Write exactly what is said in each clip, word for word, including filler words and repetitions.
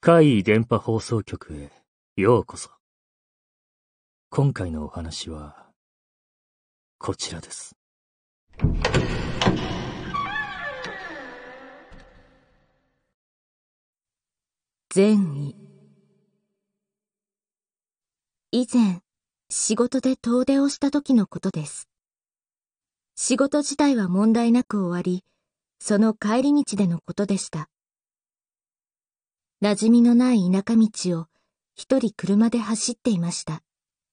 怪異電波放送局へようこそ。今回のお話は、こちらです。 善意。以前、仕事で遠出をした時のことです。仕事自体は問題なく終わり、その帰り道でのことでした。馴染みのない田舎道を一人車で走っていました。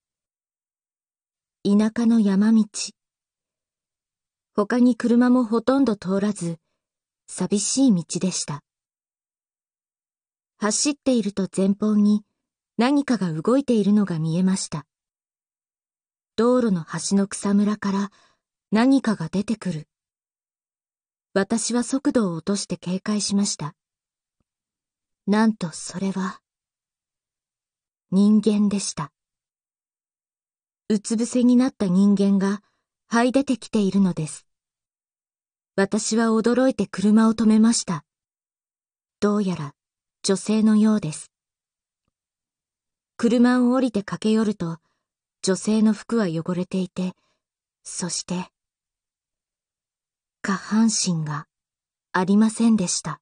田舎の山道。他に車もほとんど通らず、寂しい道でした。走っていると前方に何かが動いているのが見えました。道路の端の草むらから何かが出てくる。私は速度を落として警戒しました。なんとそれは、人間でした。うつ伏せになった人間が這い出てきているのです。私は驚いて車を止めました。どうやら女性のようです。車を降りて駆け寄ると、女性の服は汚れていて、そして、下半身がありませんでした。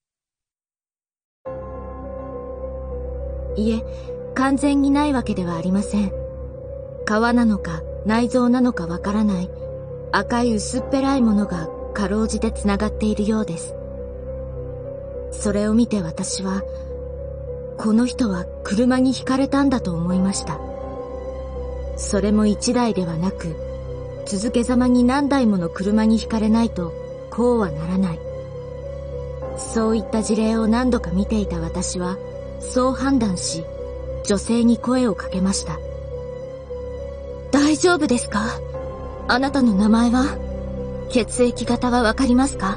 いえ、完全にないわけではありません。皮なのか内臓なのかわからない赤い薄っぺらいものがかろうじてつながっているようです。それを見て私は、この人は車にひかれたんだと思いました。それも一台ではなく、続けざまに何台もの車にひかれないとこうはならない。そういった事例を何度か見ていた私は、そう判断し、女性に声をかけました。大丈夫ですか？あなたの名前は？血液型はわかりますか？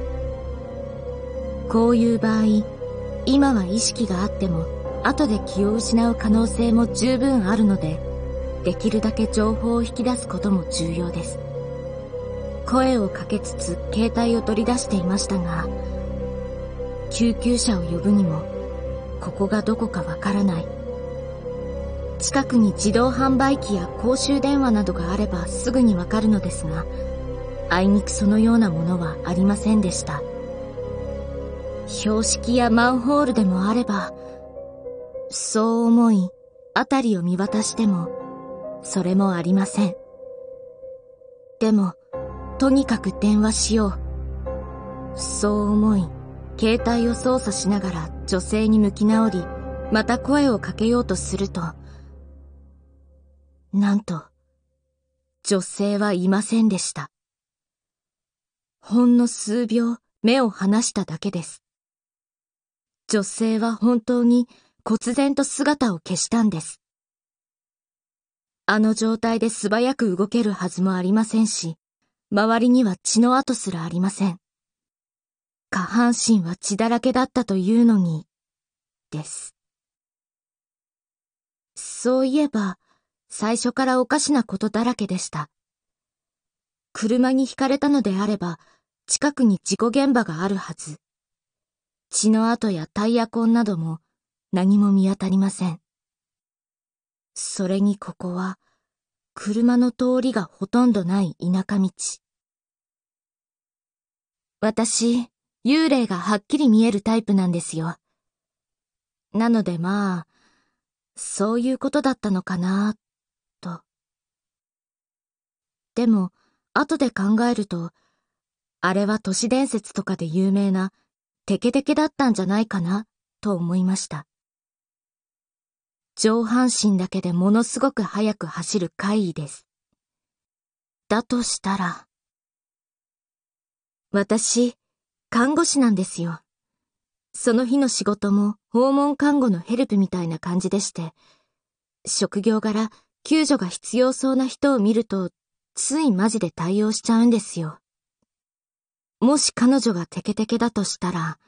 こういう場合、今は意識があっても、後で気を失う可能性も十分あるので、できるだけ情報を引き出すことも重要です。声をかけつつ携帯を取り出していましたが、救急車を呼ぶにも、ここがどこかわからない。近くに自動販売機や公衆電話などがあればすぐにわかるのですが、あいにくそのようなものはありませんでした。標識やマンホールでもあれば、そう思い、辺りを見渡しても、それもありません。でも、とにかく電話しよう。そう思い、携帯を操作しながら女性に向き直り、また声をかけようとすると、なんと、女性はいませんでした。ほんの数秒目を離しただけです。女性は本当に忽然と姿を消したんです。あの状態で素早く動けるはずもありませんし、周りには血の跡すらありません。下半身は血だらけだったというのに、です。そういえば、最初からおかしなことだらけでした。車にひかれたのであれば、近くに事故現場があるはず。血の跡やタイヤ痕なども何も見当たりません。それにここは、車の通りがほとんどない田舎道。私、幽霊がはっきり見えるタイプなんですよ。なのでまあ、そういうことだったのかな、と。でも、後で考えると、あれは都市伝説とかで有名なテケテケだったんじゃないかな、と思いました。上半身だけでものすごく速く走る怪異です。だとしたら、私、看護師なんですよ。その日の仕事も訪問看護のヘルプみたいな感じでして、職業柄救助が必要そうな人を見ると、ついマジで対応しちゃうんですよ。もし彼女がテケテケだとしたら、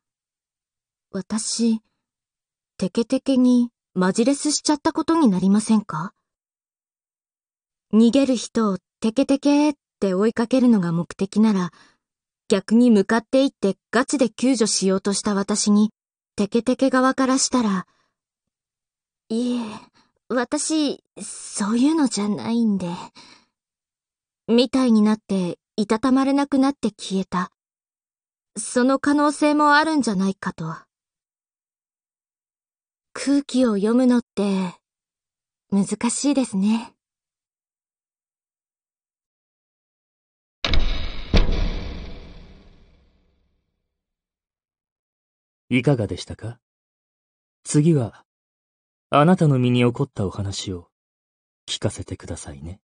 私、テケテケにマジレスしちゃったことになりませんか？逃げる人をテケテケって追いかけるのが目的なら、逆に向かっていってガチで救助しようとした私にテケテケ側からしたら、いえ、私、そういうのじゃないんで、みたいになっていたたまれなくなって消えた。その可能性もあるんじゃないかと。空気を読むのって、難しいですね。 いかがでしたか？次は、あなたの身に起こったお話を聞かせてくださいね。